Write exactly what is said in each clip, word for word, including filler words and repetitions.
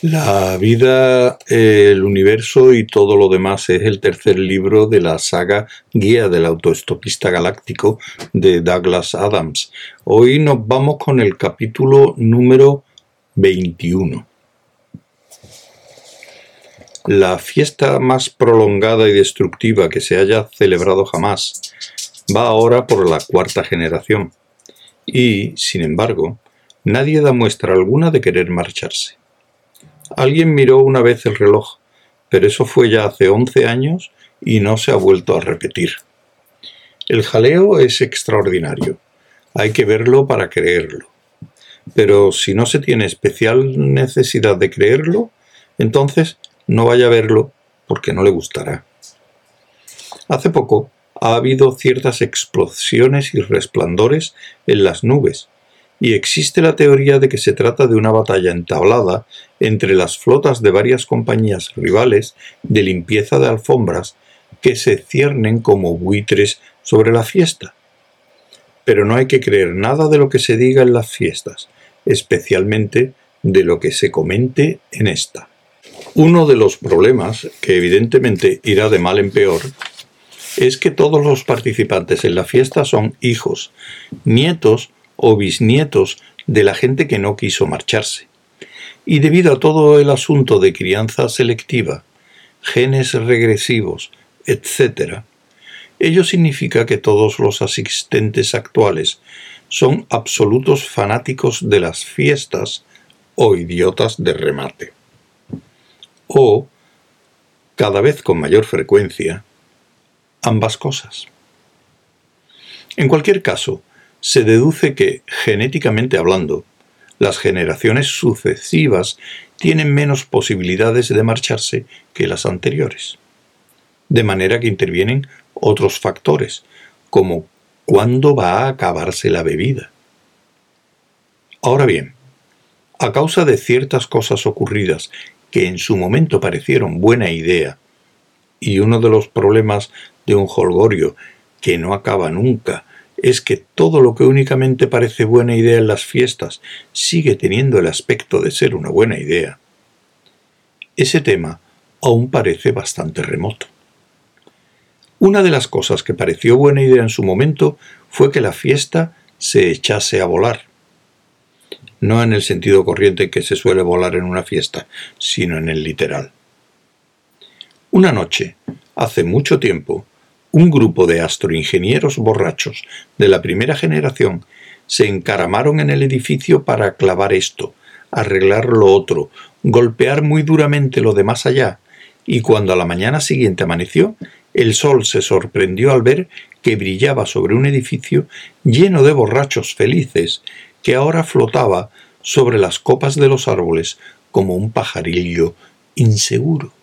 La vida, el universo y todo lo demás es el tercer libro de la saga Guía del autoestopista galáctico de Douglas Adams. Hoy nos vamos con el capítulo número veintiuno. La fiesta más prolongada y destructiva que se haya celebrado jamás va ahora por la cuarta generación y, sin embargo, nadie da muestra alguna de querer marcharse. Alguien miró una vez el reloj, pero eso fue ya hace once años y no se ha vuelto a repetir. El jaleo es extraordinario. Hay que verlo para creerlo. Pero si no se tiene especial necesidad de creerlo, entonces no vaya a verlo porque no le gustará. Hace poco ha habido ciertas explosiones y resplandores en las nubes, y existe la teoría de que se trata de una batalla entablada entre las flotas de varias compañías rivales de limpieza de alfombras que se ciernen como buitres sobre la fiesta. Pero no hay que creer nada de lo que se diga en las fiestas, especialmente de lo que se comente en esta. Uno de los problemas, que evidentemente irá de mal en peor, es que todos los participantes en la fiesta son hijos, nietos o bisnietos de la gente que no quiso marcharse. Y debido a todo el asunto de crianza selectiva, genes regresivos, etcétera, ello significa que todos los asistentes actuales son absolutos fanáticos de las fiestas o idiotas de remate. O, cada vez con mayor frecuencia, ambas cosas. En cualquier caso, se deduce que, genéticamente hablando, las generaciones sucesivas tienen menos posibilidades de marcharse que las anteriores. De manera que intervienen otros factores, como cuándo va a acabarse la bebida. Ahora bien, a causa de ciertas cosas ocurridas que en su momento parecieron buena idea, y uno de los problemas de un jolgorio que no acaba nunca es que todo lo que únicamente parece buena idea en las fiestas sigue teniendo el aspecto de ser una buena idea, ese tema aún parece bastante remoto. Una de las cosas que pareció buena idea en su momento fue que la fiesta se echase a volar. No en el sentido corriente que se suele volar en una fiesta, sino en el literal. Una noche, hace mucho tiempo, un grupo de astroingenieros borrachos de la primera generación se encaramaron en el edificio para clavar esto, arreglar lo otro, golpear muy duramente lo de más allá, y cuando a la mañana siguiente amaneció, el sol se sorprendió al ver que brillaba sobre un edificio lleno de borrachos felices que ahora flotaba sobre las copas de los árboles como un pajarillo inseguro.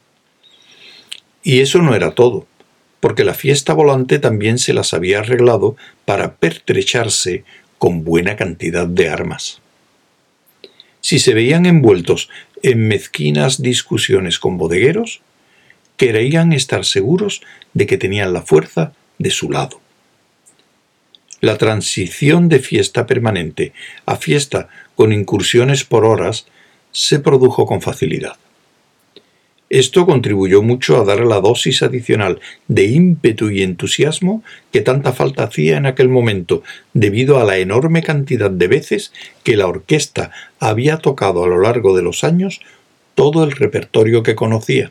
Y eso no era todo, porque la fiesta volante también se las había arreglado para pertrecharse con buena cantidad de armas. Si se veían envueltos en mezquinas discusiones con bodegueros, creían estar seguros de que tenían la fuerza de su lado. La transición de fiesta permanente a fiesta con incursiones por horas se produjo con facilidad. Esto contribuyó mucho a dar la dosis adicional de ímpetu y entusiasmo que tanta falta hacía en aquel momento, debido a la enorme cantidad de veces que la orquesta había tocado a lo largo de los años todo el repertorio que conocía.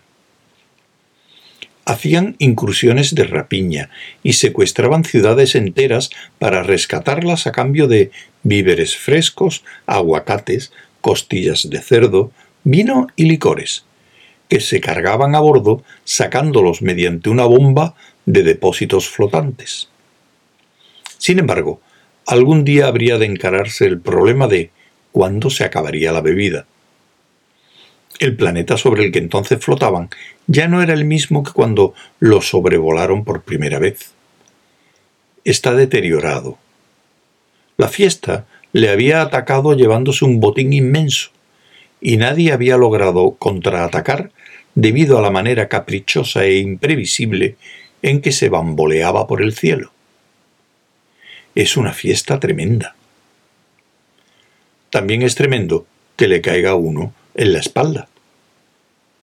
Hacían incursiones de rapiña y secuestraban ciudades enteras para rescatarlas a cambio de víveres frescos, aguacates, costillas de cerdo, vino y licores, que se cargaban a bordo sacándolos mediante una bomba de depósitos flotantes. Sin embargo, algún día habría de encararse el problema de cuándo se acabaría la bebida. El planeta sobre el que entonces flotaban ya no era el mismo que cuando lo sobrevolaron por primera vez. Está deteriorado. La fiesta le había atacado llevándose un botín inmenso, y nadie había logrado contraatacar debido a la manera caprichosa e imprevisible en que se bamboleaba por el cielo. Es una fiesta tremenda. También es tremendo que le caiga a uno en la espalda.